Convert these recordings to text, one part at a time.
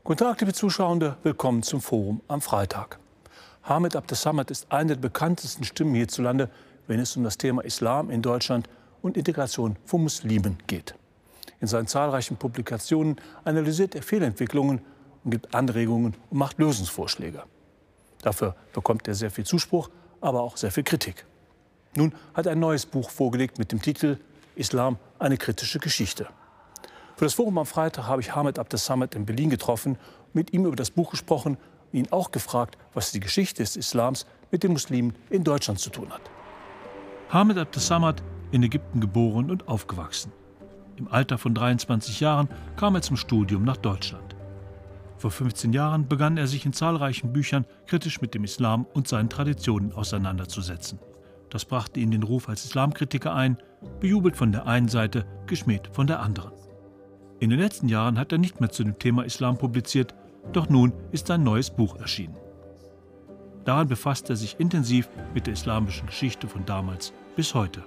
Guten Tag, liebe Zuschauende, willkommen zum Forum am Freitag. Hamid Abdessamad ist eine der bekanntesten Stimmen hierzulande, wenn es um das Thema Islam in Deutschland und Integration von Muslimen geht. In seinen zahlreichen Publikationen analysiert er Fehlentwicklungen und gibt Anregungen und macht Lösungsvorschläge. Dafür bekommt er sehr viel Zuspruch, aber auch sehr viel Kritik. Nun hat er ein neues Buch vorgelegt mit dem Titel Islam, eine kritische Geschichte. Für das Forum am Freitag habe ich Hamid Abdessamad in Berlin getroffen, mit ihm über das Buch gesprochen und ihn auch gefragt, was die Geschichte des Islams mit den Muslimen in Deutschland zu tun hat. Hamid Abdessamad, in Ägypten geboren und aufgewachsen. Im Alter von 23 Jahren kam er zum Studium nach Deutschland. Vor 15 Jahren begann er sich in zahlreichen Büchern kritisch mit dem Islam und seinen Traditionen auseinanderzusetzen. Das brachte ihn den Ruf als Islamkritiker ein, bejubelt von der einen Seite, geschmäht von der anderen. In den letzten Jahren hat er nicht mehr zu dem Thema Islam publiziert, doch nun ist sein neues Buch erschienen. Daran befasst er sich intensiv mit der islamischen Geschichte von damals bis heute.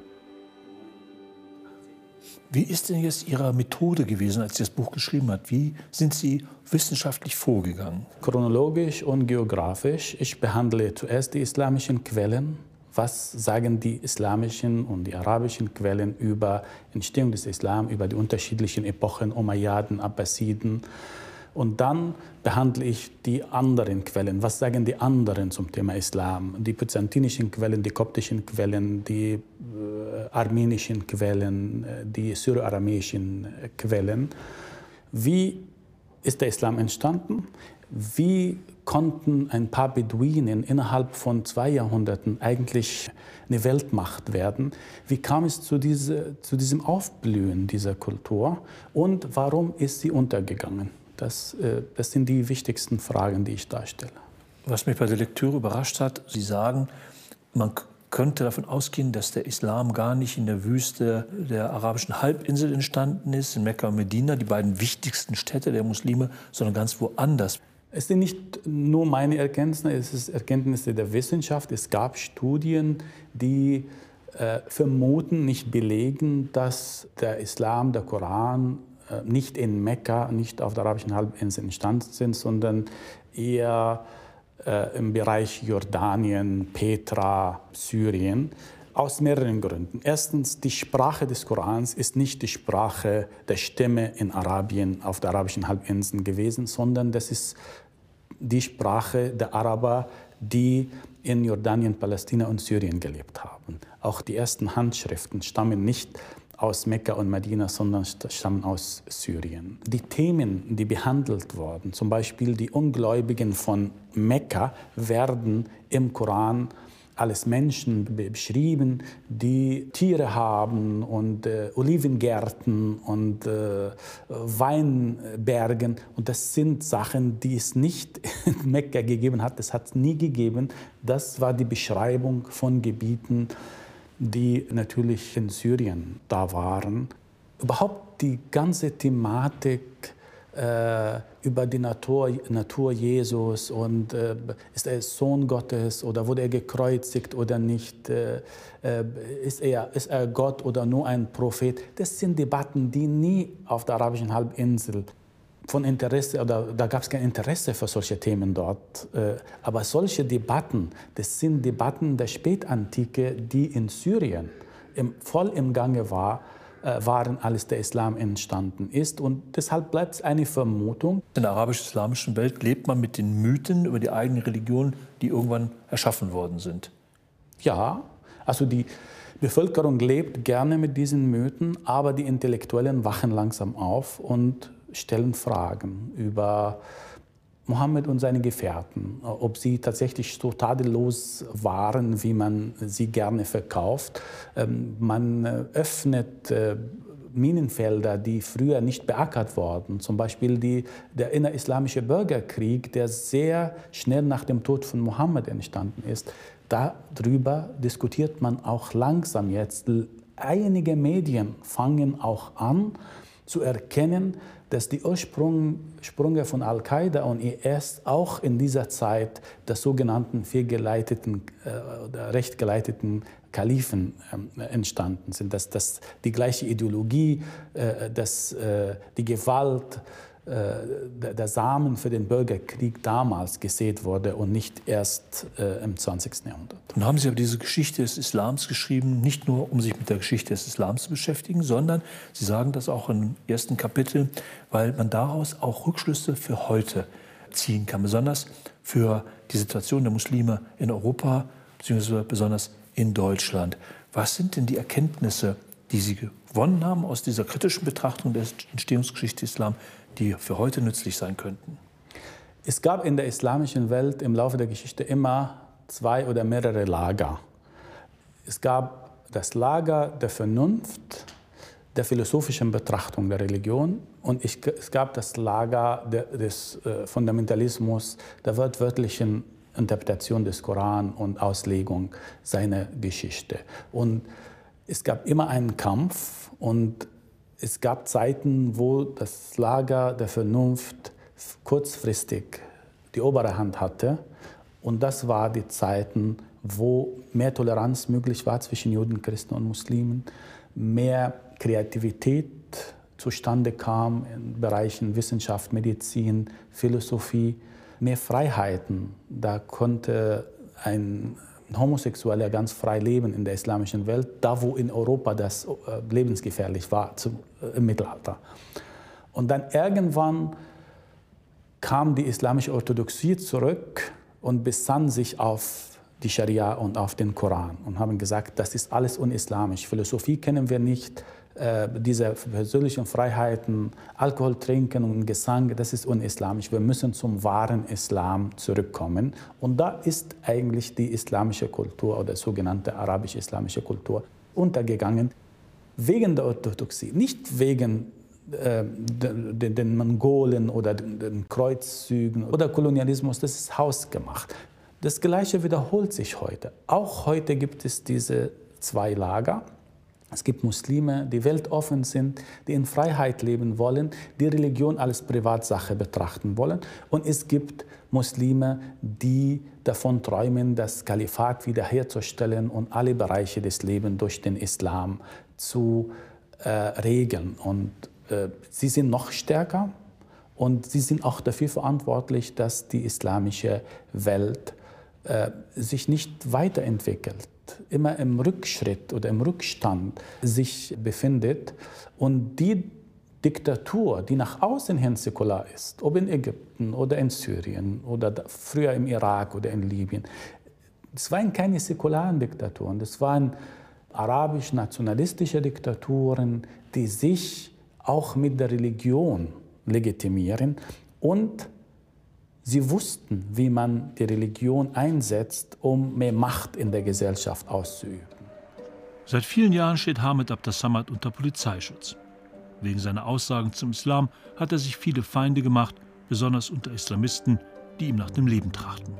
Wie ist denn jetzt Ihre Methode gewesen, als Sie das Buch geschrieben hat? Wie sind Sie wissenschaftlich vorgegangen? Chronologisch und geografisch. Ich behandle zuerst die islamischen Quellen. Was sagen die islamischen und die arabischen Quellen über die Entstehung des Islam, über die unterschiedlichen Epochen, Umayyaden, Abbasiden? Und dann behandle ich die anderen Quellen. Was sagen die anderen zum Thema Islam? Die byzantinischen Quellen, die koptischen Quellen, die armenischen Quellen, die syroaramäischen Quellen. Wie ist der Islam entstanden? Wie konnten ein paar Beduinen innerhalb von 2 Jahrhunderten eigentlich eine Weltmacht werden? Wie kam es zu diesem Aufblühen dieser Kultur? Und warum ist sie untergegangen? Das sind die wichtigsten Fragen, die ich darstelle. Was mich bei der Lektüre überrascht hat, Sie sagen, man könnte davon ausgehen, dass der Islam gar nicht in der Wüste der arabischen Halbinsel entstanden ist, in Mekka und Medina, die beiden wichtigsten Städte der Muslime, sondern ganz woanders. Es sind nicht nur meine Erkenntnisse, es sind Erkenntnisse der Wissenschaft. Es gab Studien, die vermuten, nicht belegen, dass der Islam, der Koran, nicht in Mekka, nicht auf der arabischen Halbinsel entstanden sind, sondern eher im Bereich Jordanien, Petra, Syrien, aus mehreren Gründen. Erstens, die Sprache des Korans ist nicht die Sprache der Stämme in Arabien, auf der arabischen Halbinsel gewesen, sondern das ist die Sprache der Araber, die in Jordanien, Palästina und Syrien gelebt haben. Auch die ersten Handschriften stammen nicht aus Mekka und Medina, sondern stammen aus Syrien. Die Themen, die behandelt wurden, zum Beispiel die Ungläubigen von Mekka, werden im Koran als Menschen beschrieben, die Tiere haben und Olivengärten und Weinbergen. Und das sind Sachen, die es nicht in Mekka gegeben hat. Das hat es nie gegeben. Das war die Beschreibung von Gebieten, die natürlich in Syrien da waren. Überhaupt die ganze Thematik über die Natur Jesus und ist er Sohn Gottes oder wurde er gekreuzigt oder nicht, ist er Gott oder nur ein Prophet, das sind Debatten, die nie auf der arabischen Halbinsel von Interesse, oder da gab es kein Interesse für solche Themen dort. Aber solche Debatten, das sind Debatten der Spätantike, die in Syrien voll im Gange waren, als der Islam entstanden ist. Und deshalb bleibt es eine Vermutung. In der arabisch-islamischen Welt lebt man mit den Mythen über die eigene Religion, die irgendwann erschaffen worden sind. Ja, also die Bevölkerung lebt gerne mit diesen Mythen, aber die Intellektuellen wachen langsam auf und stellen Fragen über Mohammed und seine Gefährten, ob sie tatsächlich so tadellos waren, wie man sie gerne verkauft. Man öffnet Minenfelder, die früher nicht beackert wurden. Zum Beispiel der innerislamische Bürgerkrieg, der sehr schnell nach dem Tod von Mohammed entstanden ist. Darüber diskutiert man auch langsam jetzt. Einige Medien fangen auch an zu erkennen, dass die Ursprünge von Al-Qaida und IS auch in dieser Zeit der sogenannten rechtgeleiteten Kalifen entstanden sind. Dass die gleiche Ideologie, dass die Gewalt der Samen für den Bürgerkrieg damals gesät wurde und nicht erst im 20. Jahrhundert. Nun haben Sie aber diese Geschichte des Islams geschrieben, nicht nur, um sich mit der Geschichte des Islams zu beschäftigen, sondern Sie sagen das auch im ersten Kapitel, weil man daraus auch Rückschlüsse für heute ziehen kann, besonders für die Situation der Muslime in Europa, beziehungsweise besonders in Deutschland. Was sind denn die Erkenntnisse, die Sie gewonnen haben aus dieser kritischen Betrachtung der Entstehungsgeschichte des Islam, die für heute nützlich sein könnten? Es gab in der islamischen Welt im Laufe der Geschichte immer zwei oder mehrere Lager. Es gab das Lager der Vernunft, der philosophischen Betrachtung der Religion, und es gab das Lager des Fundamentalismus, der wortwörtlichen Interpretation des Koran und Auslegung seiner Geschichte. Und es gab immer einen Kampf, und es gab Zeiten, wo das Lager der Vernunft kurzfristig die obere Hand hatte. Und das waren die Zeiten, wo mehr Toleranz möglich war zwischen Juden, Christen und Muslimen, mehr Kreativität zustande kam in Bereichen Wissenschaft, Medizin, Philosophie, mehr Freiheiten. Da konnte ein Homosexueller ganz frei leben in der islamischen Welt, da wo in Europa das lebensgefährlich war im Mittelalter. Und dann irgendwann kam die islamische Orthodoxie zurück und besann sich auf die Scharia und auf den Koran und haben gesagt, das ist alles unislamisch. Philosophie kennen wir nicht, diese persönlichen Freiheiten, Alkohol trinken und Gesang, das ist unislamisch. Wir müssen zum wahren Islam zurückkommen. Und da ist eigentlich die islamische Kultur oder sogenannte arabisch-islamische Kultur untergegangen, wegen der Orthodoxie, nicht wegen den Mongolen oder den Kreuzzügen oder Kolonialismus, das ist hausgemacht. Das Gleiche wiederholt sich heute. Auch heute gibt es diese zwei Lager. Es gibt Muslime, die weltoffen sind, die in Freiheit leben wollen, die Religion als Privatsache betrachten wollen. Und es gibt Muslime, die davon träumen, das Kalifat wiederherzustellen und alle Bereiche des Lebens durch den Islam zu regeln. Und sie sind noch stärker, und sie sind auch dafür verantwortlich, dass die islamische Welt sich nicht weiterentwickelt, immer im Rückschritt oder im Rückstand sich befindet. Und die Diktatur, die nach außen hin säkular ist, ob in Ägypten oder in Syrien oder früher im Irak oder in Libyen, das waren keine säkularen Diktaturen, das waren arabisch-nationalistische Diktaturen, die sich auch mit der Religion legitimieren, und sie wussten, wie man die Religion einsetzt, um mehr Macht in der Gesellschaft auszuüben. Seit vielen Jahren steht Hamid Abdessamad unter Polizeischutz. Wegen seiner Aussagen zum Islam hat er sich viele Feinde gemacht, besonders unter Islamisten, die ihm nach dem Leben trachten.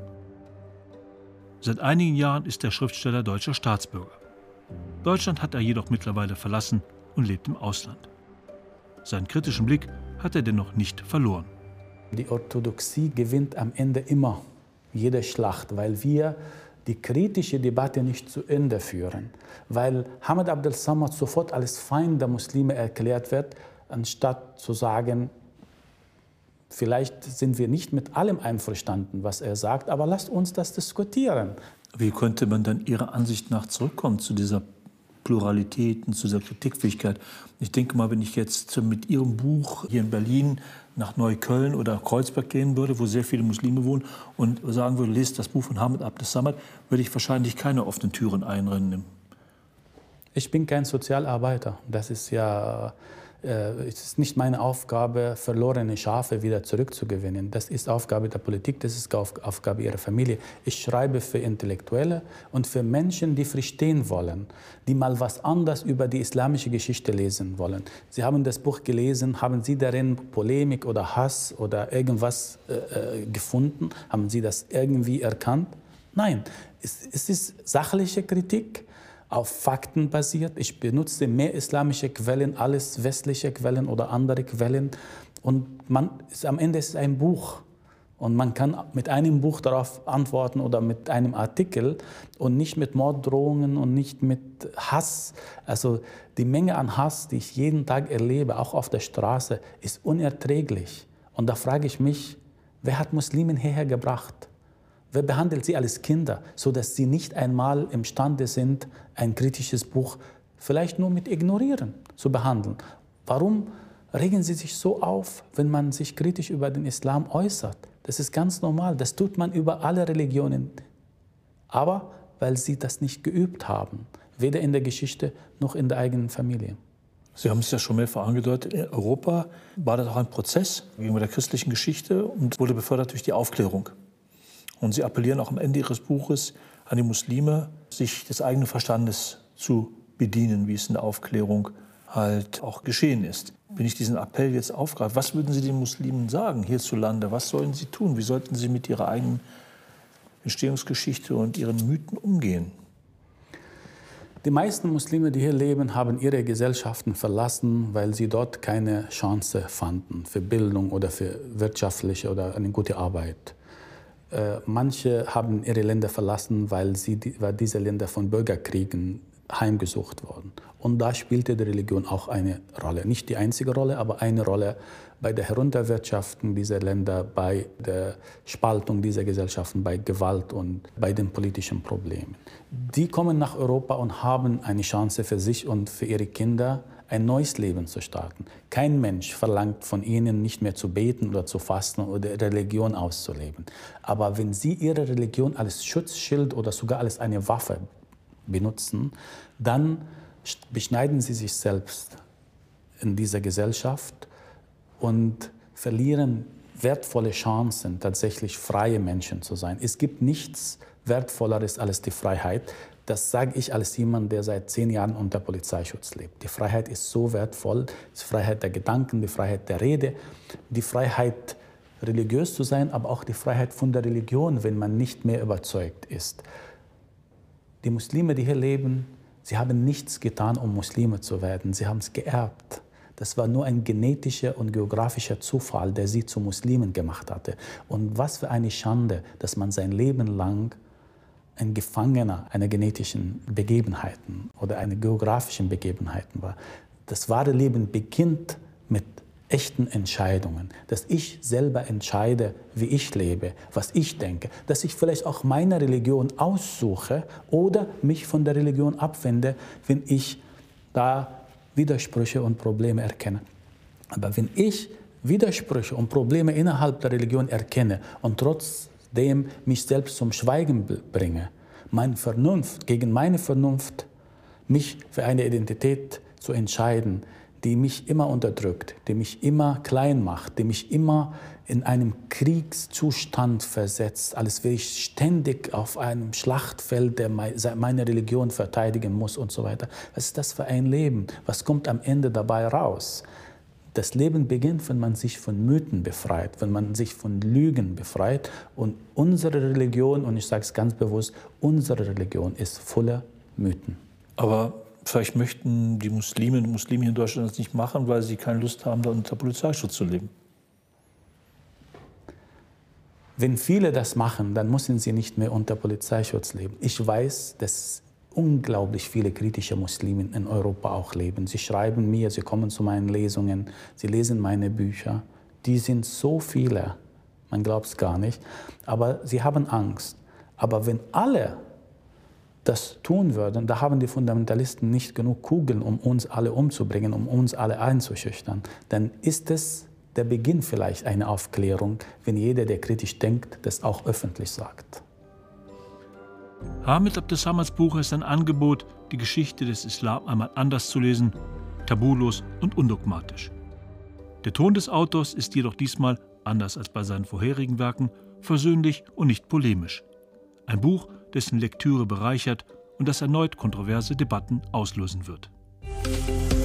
Seit einigen Jahren ist der Schriftsteller deutscher Staatsbürger. Deutschland hat er jedoch mittlerweile verlassen und lebt im Ausland. Seinen kritischen Blick hat er dennoch nicht verloren. Die Orthodoxie gewinnt am Ende immer jede Schlacht, weil wir die kritische Debatte nicht zu Ende führen. Weil Hamid Abdessamad sofort als Feind der Muslime erklärt wird, anstatt zu sagen, vielleicht sind wir nicht mit allem einverstanden, was er sagt, aber lasst uns das diskutieren. Wie könnte man dann Ihrer Ansicht nach zurückkommen zu dieser Pluralität und zu dieser Kritikfähigkeit? Ich denke mal, wenn ich jetzt mit Ihrem Buch hier in Berlin nach Neukölln oder Kreuzberg gehen würde, wo sehr viele Muslime wohnen, und sagen würde, lest das Buch von Hamid Abdessamad, würde ich wahrscheinlich keine offenen Türen einrennen. Ich bin kein Sozialarbeiter. Das ist ja es ist nicht meine Aufgabe, verlorene Schafe wieder zurückzugewinnen. Das ist Aufgabe der Politik, das ist Aufgabe ihrer Familie. Ich schreibe für Intellektuelle und für Menschen, die verstehen wollen, die mal was anderes über die islamische Geschichte lesen wollen. Sie haben das Buch gelesen, haben Sie darin Polemik oder Hass oder irgendwas gefunden? Haben Sie das irgendwie erkannt? Nein, es ist sachliche Kritik, auf Fakten basiert. Ich benutze mehr islamische Quellen als westliche Quellen oder andere Quellen. Und am Ende ist es ein Buch. Und man kann mit einem Buch darauf antworten oder mit einem Artikel und nicht mit Morddrohungen und nicht mit Hass. Also die Menge an Hass, die ich jeden Tag erlebe, auch auf der Straße, ist unerträglich. Und da frage ich mich, wer hat Muslimen hierher gebracht? Wer behandelt sie als Kinder, sodass sie nicht einmal imstande sind, ein kritisches Buch vielleicht nur mit Ignorieren zu behandeln? Warum regen sie sich so auf, wenn man sich kritisch über den Islam äußert? Das ist ganz normal, das tut man über alle Religionen. Aber weil sie das nicht geübt haben, weder in der Geschichte noch in der eigenen Familie. Sie haben es ja schon mehrfach angedeutet, in Europa war das auch ein Prozess gegenüber der christlichen Geschichte und wurde befördert durch die Aufklärung. Und Sie appellieren auch am Ende Ihres Buches an die Muslime, sich des eigenen Verstandes zu bedienen, wie es in der Aufklärung halt auch geschehen ist. Wenn ich diesen Appell jetzt aufgreife, was würden Sie den Muslimen sagen hierzulande? Was sollen sie tun? Wie sollten sie mit ihrer eigenen Entstehungsgeschichte und ihren Mythen umgehen? Die meisten Muslime, die hier leben, haben ihre Gesellschaften verlassen, weil sie dort keine Chance fanden für Bildung oder für wirtschaftliche oder eine gute Arbeit. Manche haben ihre Länder verlassen, weil diese Länder von Bürgerkriegen heimgesucht wurden. Und da spielte die Religion auch eine Rolle. Nicht die einzige Rolle, aber eine Rolle bei der Herunterwirtschaftung dieser Länder, bei der Spaltung dieser Gesellschaften, bei Gewalt und bei den politischen Problemen. Die kommen nach Europa und haben eine Chance für sich und für ihre Kinder, ein neues Leben zu starten. Kein Mensch verlangt von ihnen, nicht mehr zu beten oder zu fasten oder Religion auszuleben. Aber wenn sie ihre Religion als Schutzschild oder sogar als eine Waffe benutzen, dann beschneiden sie sich selbst in dieser Gesellschaft und verlieren wertvolle Chancen, tatsächlich freie Menschen zu sein. Es gibt nichts Wertvolleres als die Freiheit. Das sage ich als jemand, der seit 10 Jahren unter Polizeischutz lebt. Die Freiheit ist so wertvoll, die Freiheit der Gedanken, die Freiheit der Rede, die Freiheit, religiös zu sein, aber auch die Freiheit von der Religion, wenn man nicht mehr überzeugt ist. Die Muslime, die hier leben, sie haben nichts getan, um Muslime zu werden. Sie haben es geerbt. Das war nur ein genetischer und geografischer Zufall, der sie zu Muslimen gemacht hatte. Und was für eine Schande, dass man sein Leben lang ein Gefangener einer genetischen Begebenheiten oder einer geografischen Begebenheiten war. Das wahre Leben beginnt mit echten Entscheidungen, dass ich selber entscheide, wie ich lebe, was ich denke, dass ich vielleicht auch meine Religion aussuche oder mich von der Religion abwende, wenn ich da Widersprüche und Probleme erkenne. Aber wenn ich Widersprüche und Probleme innerhalb der Religion erkenne und trotzdem mich selbst zum Schweigen bringe, meine Vernunft, gegen meine Vernunft, mich für eine Identität zu entscheiden, die mich immer unterdrückt, die mich immer klein macht, die mich immer in einem Kriegszustand versetzt, als wäre ich ständig auf einem Schlachtfeld, der meine Religion verteidigen muss und so weiter. Was ist das für ein Leben? Was kommt am Ende dabei raus? Das Leben beginnt, wenn man sich von Mythen befreit, wenn man sich von Lügen befreit. Und unsere Religion, und ich sage es ganz bewusst, unsere Religion ist voller Mythen. Aber vielleicht möchten die Musliminnen und Muslime in Deutschland das nicht machen, weil sie keine Lust haben, da unter Polizeischutz zu leben. Wenn viele das machen, dann müssen sie nicht mehr unter Polizeischutz leben. Ich weiß, dass unglaublich viele kritische Muslime in Europa auch leben. Sie schreiben mir, sie kommen zu meinen Lesungen, sie lesen meine Bücher. Die sind so viele, man glaubt es gar nicht, aber sie haben Angst. Aber wenn alle das tun würden, da haben die Fundamentalisten nicht genug Kugeln, um uns alle umzubringen, um uns alle einzuschüchtern. Dann ist es der Beginn vielleicht einer Aufklärung, wenn jeder, der kritisch denkt, das auch öffentlich sagt. Hamid Abdessamad's Buch ist ein Angebot, die Geschichte des Islam einmal anders zu lesen, tabulos und undogmatisch. Der Ton des Autors ist jedoch diesmal, anders als bei seinen vorherigen Werken, versöhnlich und nicht polemisch. Ein Buch, dessen Lektüre bereichert und das erneut kontroverse Debatten auslösen wird.